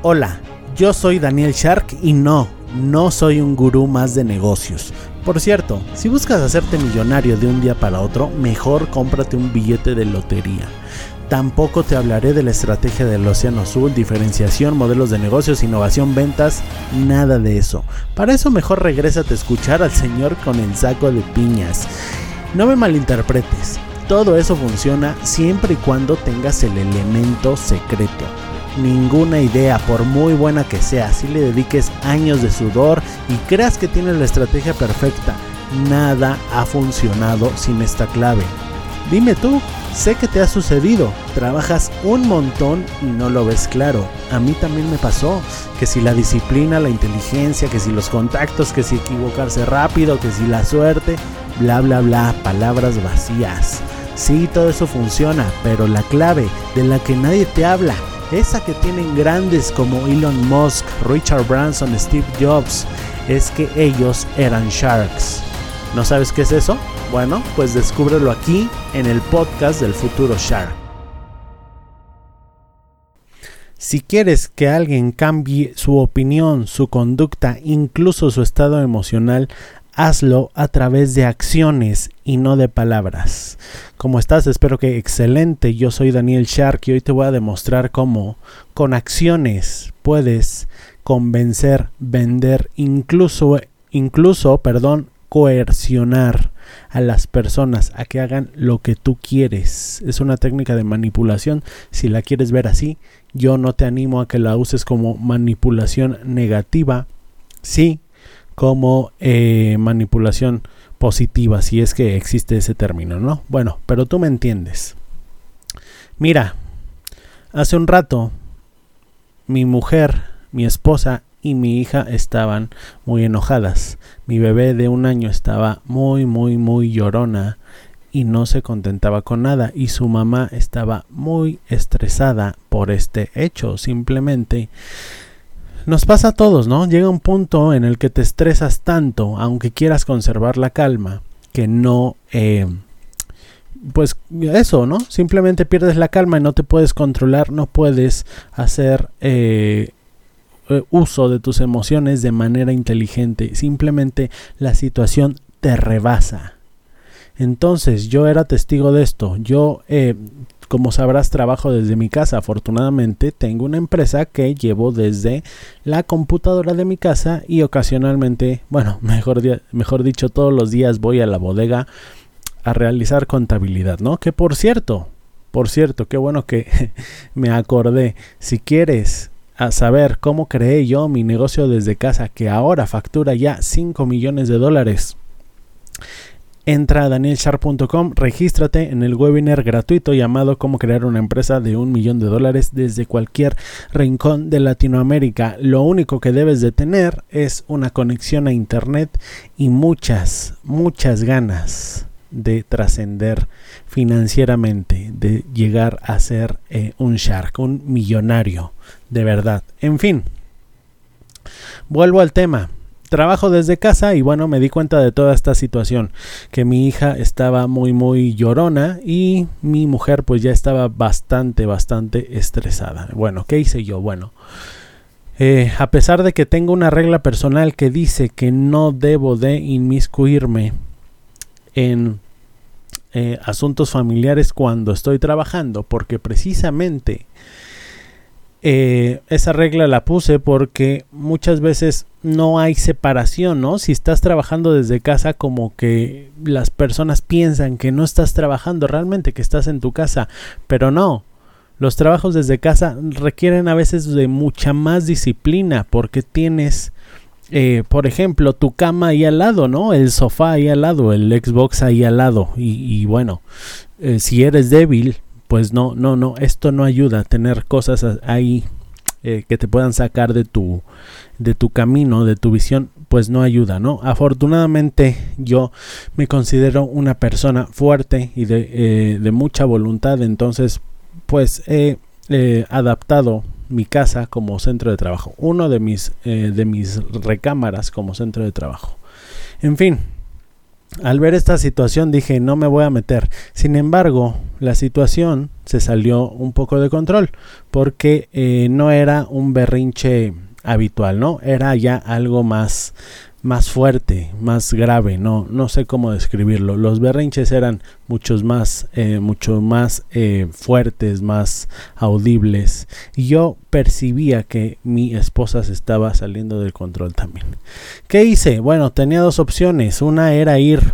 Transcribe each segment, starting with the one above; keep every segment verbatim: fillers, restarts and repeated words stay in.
Hola, yo soy Daniel Shark y no, no soy un gurú más de negocios. Por cierto, si buscas hacerte millonario de un día para otro, mejor cómprate un billete de lotería. Tampoco te hablaré de la estrategia del Océano Azul, diferenciación, modelos de negocios, innovación, ventas, nada de eso. Para eso mejor regrésate a escuchar al señor con el saco de piñas. No me malinterpretes, todo eso funciona siempre y cuando tengas el elemento secreto. Ninguna idea, por muy buena que sea, si le dediques años de sudor y creas que tienes la estrategia perfecta, nada ha funcionado sin esta clave. Dime tú, sé que te ha sucedido, trabajas un montón y no lo ves claro. A mí también me pasó, que si la disciplina, la inteligencia, que si los contactos, que si equivocarse rápido, que si la suerte, bla bla bla, palabras vacías. Sí, todo eso funciona, pero la clave de la que nadie te habla, esa que tienen grandes como Elon Musk, Richard Branson, Steve Jobs, es que ellos eran sharks. ¿No sabes qué es eso? Bueno, pues descúbrelo aquí en el podcast del futuro Shark. Si quieres que alguien cambie su opinión, su conducta, incluso su estado emocional, hazlo a través de acciones y no de palabras. ¿Cómo estás? Espero que excelente. Yo soy Daniel Shark y hoy te voy a demostrar cómo con acciones puedes convencer, vender, incluso, incluso, perdón, coercionar a las personas a que hagan lo que tú quieres. Es una técnica de manipulación. Si la quieres ver así, yo no te animo a que la uses como manipulación negativa, sí como eh, manipulación positiva, si es que existe ese término, ¿no? Bueno, pero tú me entiendes. Mira, hace un rato mi mujer, mi esposa y mi hija estaban muy enojadas. Mi bebé de un año estaba muy, muy, muy llorona y no se contentaba con nada. Y su mamá estaba muy estresada por este hecho. Simplemente nos pasa a todos, ¿no? Llega un punto en el que te estresas tanto, aunque quieras conservar la calma, que no... Eh, pues eso, ¿no? Simplemente pierdes la calma y no te puedes controlar, no puedes hacer... Eh, uso de tus emociones de manera inteligente. Simplemente la situación te rebasa. Entonces yo era testigo de esto. Yo, eh, como sabrás, trabajo desde mi casa. Afortunadamente tengo una empresa que llevo desde la computadora de mi casa y ocasionalmente, bueno, mejor, mejor dicho, todos los días voy a la bodega a realizar contabilidad, ¿no? Que por cierto, por cierto, qué bueno que me acordé. Si quieres a saber cómo creé yo mi negocio desde casa, que ahora factura ya cinco millones de dólares, entra a daniel shark punto com, regístrate en el webinar gratuito llamado Cómo crear una empresa de un millón de dólares desde cualquier rincón de Latinoamérica. Lo único que debes de tener es una conexión a internet y muchas, muchas ganas de trascender financieramente, de llegar a ser eh, un shark, un millonario de verdad. En fin, vuelvo al tema. Trabajo desde casa y bueno, me di cuenta de toda esta situación, que mi hija estaba muy muy llorona y mi mujer pues ya estaba bastante bastante estresada. Bueno, ¿qué hice yo? Bueno, eh, a pesar de que tengo una regla personal que dice que no debo de inmiscuirme en eh, asuntos familiares cuando estoy trabajando, porque precisamente eh, esa regla la puse porque muchas veces no hay separación, ¿no? Si estás trabajando desde casa, como que las personas piensan que no estás trabajando realmente, que estás en tu casa, pero no. Los trabajos desde casa requieren a veces de mucha más disciplina porque tienes... Eh, por ejemplo, tu cama ahí al lado, ¿no? El sofá ahí al lado, el Xbox ahí al lado. Y, y bueno, eh, si eres débil, pues no, no, no, esto no ayuda a tener cosas ahí eh, que te puedan sacar de tu, de tu camino, de tu visión, pues no ayuda, ¿no? Afortunadamente yo me considero una persona fuerte y de, eh, de mucha voluntad, entonces pues he eh, adaptado mi casa como centro de trabajo, uno de mis, eh, de mis recámaras como centro de trabajo. En fin, Al ver esta situación dije, no me voy a meter. Sin embargo, la situación se salió un poco de control porque eh, no era un berrinche habitual, ¿no? Era ya algo más, más fuerte, más grave, no, no sé cómo describirlo. Los berrinches eran muchos más, eh, mucho más eh, fuertes, más audibles. Y yo percibía que mi esposa se estaba saliendo del control también. ¿Qué hice? Bueno, tenía dos opciones. Una era ir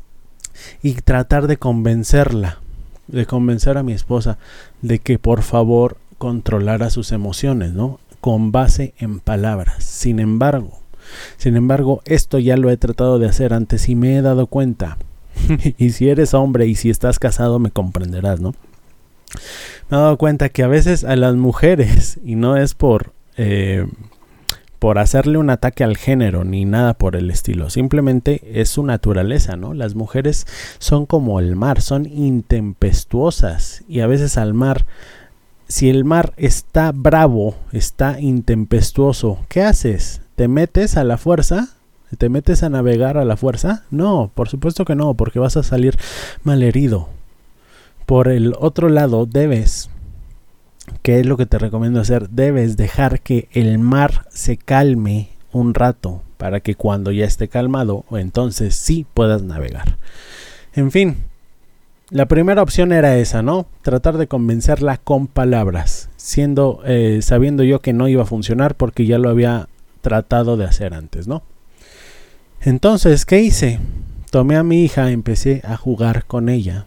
y tratar de convencerla, de convencer a mi esposa de que por favor controlara sus emociones, ¿no? Con base en palabras. Sin embargo, sin embargo, esto ya lo he tratado de hacer antes y me he dado cuenta. Y si eres hombre y si estás casado me comprenderás, ¿no? Me he dado cuenta que a veces a las mujeres, y no es por eh, por hacerle un ataque al género ni nada por el estilo, simplemente es su naturaleza, ¿no? Las mujeres son como el mar, son intempestuosas y a veces al mar, si el mar está bravo, está intempestuoso, ¿qué haces? ¿Te metes a la fuerza? ¿Te metes a navegar a la fuerza? No, por supuesto que no, porque vas a salir malherido. Por el otro lado, debes, ¿qué es lo que te recomiendo hacer? Debes dejar que el mar se calme un rato para que cuando ya esté calmado, entonces sí puedas navegar. En fin, la primera opción era esa, ¿no? Tratar de convencerla con palabras, siendo, eh, sabiendo yo que no iba a funcionar porque ya lo había tratado de hacer antes, ¿no? Entonces, ¿qué hice? Tomé a mi hija, empecé a jugar con ella,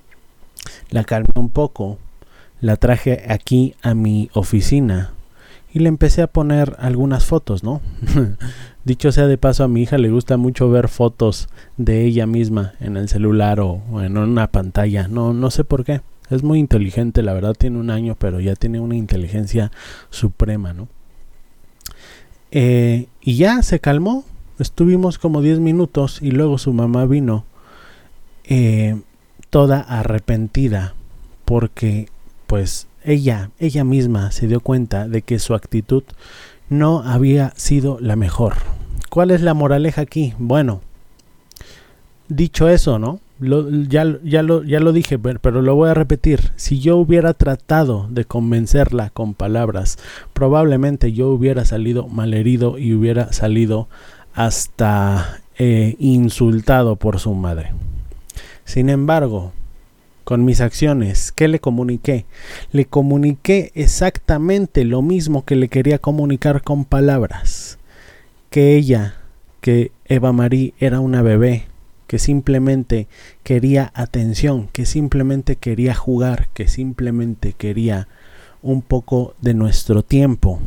la calmé un poco, la traje aquí a mi oficina y le empecé a poner algunas fotos, ¿no? Dicho sea de paso, a mi hija le gusta mucho ver fotos de ella misma en el celular o, o en una pantalla, no, no sé por qué. Es muy inteligente, la verdad tiene un año, pero ya tiene una inteligencia suprema, ¿no? Eh, y ya se calmó, estuvimos como diez minutos y luego su mamá vino eh, toda arrepentida porque pues ella, ella misma se dio cuenta de que su actitud no había sido la mejor. ¿Cuál es la moraleja aquí? Bueno, dicho eso, ¿no? Lo, ya, ya, lo, ya lo dije, pero lo voy a repetir. Si yo hubiera tratado de convencerla con palabras, probablemente yo hubiera salido malherido y hubiera salido hasta eh, insultado por su madre. Sin embargo, con mis acciones, ¿qué le comuniqué? Le comuniqué exactamente lo mismo que le quería comunicar con palabras. Que ella, que Eva Marie era una bebé, que simplemente quería atención, que simplemente quería jugar, que simplemente quería un poco de nuestro tiempo.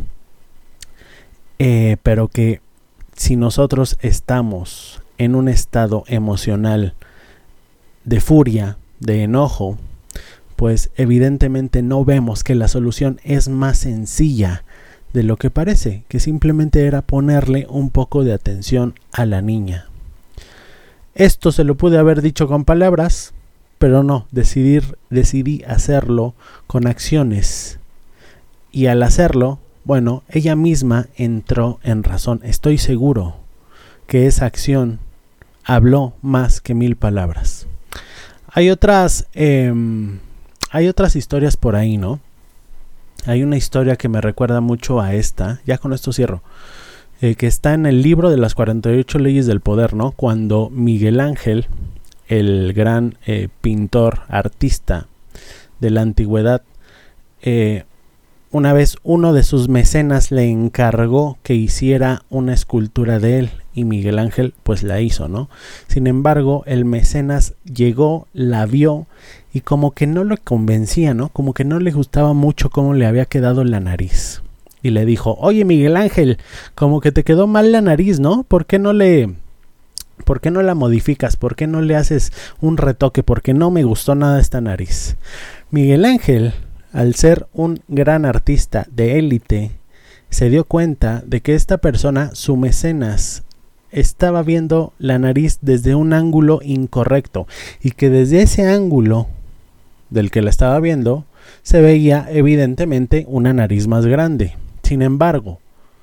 Eh, pero que si nosotros estamos en un estado emocional de furia, de enojo, pues evidentemente no vemos que la solución es más sencilla de lo que parece, que simplemente era ponerle un poco de atención a la niña. Esto se lo pude haber dicho con palabras, pero no, decidir, decidí hacerlo con acciones. Y al hacerlo, bueno, ella misma entró en razón. Estoy seguro que esa acción habló más que mil palabras. Hay otras, eh, hay otras historias por ahí, ¿no? Hay una historia que me recuerda mucho a esta, ya con esto cierro, eh, que está en el libro de las cuarenta y ocho leyes del poder, ¿no? Cuando Miguel Ángel, el gran eh, pintor, artista de la antigüedad, eh, una vez uno de sus mecenas le encargó que hiciera una escultura de él y Miguel Ángel pues la hizo, ¿no? Sin embargo, el mecenas llegó, la vio y como que no lo convencía, ¿no? Como que no le gustaba mucho cómo le había quedado la nariz. Y le dijo, oye Miguel Ángel, como que te quedó mal la nariz, ¿no? ¿Por qué no le... ¿Por qué no la modificas? ¿Por qué no le haces un retoque? Porque no me gustó nada esta nariz. Miguel Ángel, al ser un gran artista de élite, se dio cuenta de que esta persona, su mecenas, estaba viendo la nariz desde un ángulo incorrecto y que desde ese ángulo del que la estaba viendo se veía evidentemente una nariz más grande. Sin embargo,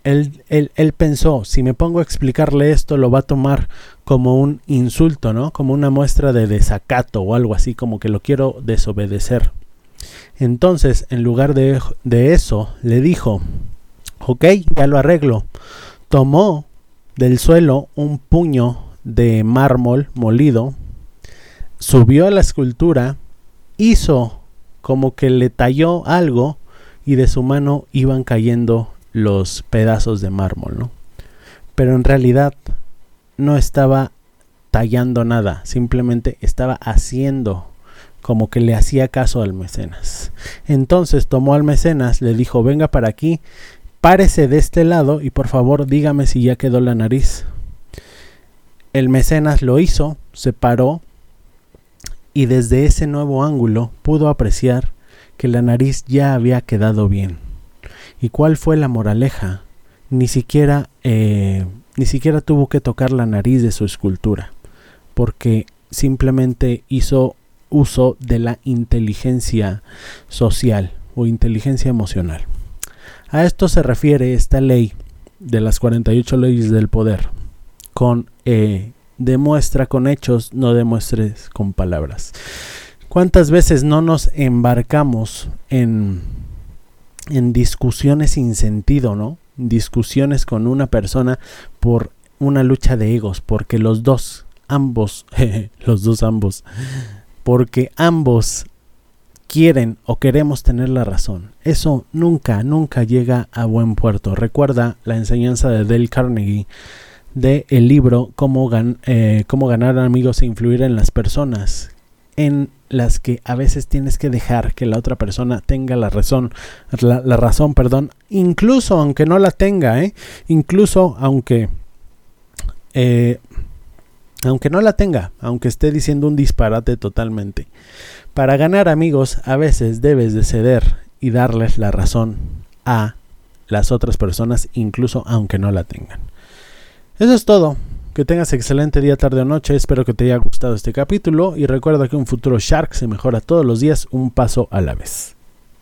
Él, él, él pensó, si me pongo a explicarle esto, lo va a tomar como un insulto, ¿no? Como una muestra de desacato o algo así, como que lo quiero desobedecer. Entonces, en lugar de, de eso, le dijo, ok, ya lo arreglo. Tomó del suelo un puño de mármol molido, subió a la escultura, hizo como que le talló algo y de su mano iban cayendo los pedazos de mármol, ¿no? Pero en realidad no estaba tallando nada, simplemente estaba haciendo como que le hacía caso al mecenas. Entonces tomó al mecenas, le dijo, venga para aquí, párese de este lado y por favor dígame si ya quedó la nariz. El mecenas lo hizo, se paró y desde ese nuevo ángulo pudo apreciar que la nariz ya había quedado bien. ¿Y cuál fue la moraleja? Ni siquiera, eh, ni siquiera tuvo que tocar la nariz de su escultura, porque simplemente hizo uso de la inteligencia social o inteligencia emocional. A esto se refiere esta ley de las cuarenta y ocho leyes del poder, con eh, demuestra con hechos, no demuestres con palabras. ¿Cuántas veces no nos embarcamos en, en discusiones sin sentido, ¿no? Discusiones con una persona por una lucha de egos, porque los dos, ambos, los dos ambos, porque ambos quieren o queremos tener la razón. Eso nunca, nunca llega a buen puerto. Recuerda la enseñanza de Dale Carnegie de el libro Cómo, gan eh, Cómo ganar amigos e influir en las personas, en las que a veces tienes que dejar que la otra persona tenga la razón, la, la razón, perdón, incluso aunque no la tenga, ¿eh? incluso aunque, eh, aunque no la tenga, aunque esté diciendo un disparate totalmente. Para ganar amigos, a veces debes de ceder y darles la razón a las otras personas, incluso aunque no la tengan. Eso es todo. Que tengas excelente día, tarde o noche. Espero que te haya gustado este capítulo y recuerda que un futuro Shark se mejora todos los días un paso a la vez.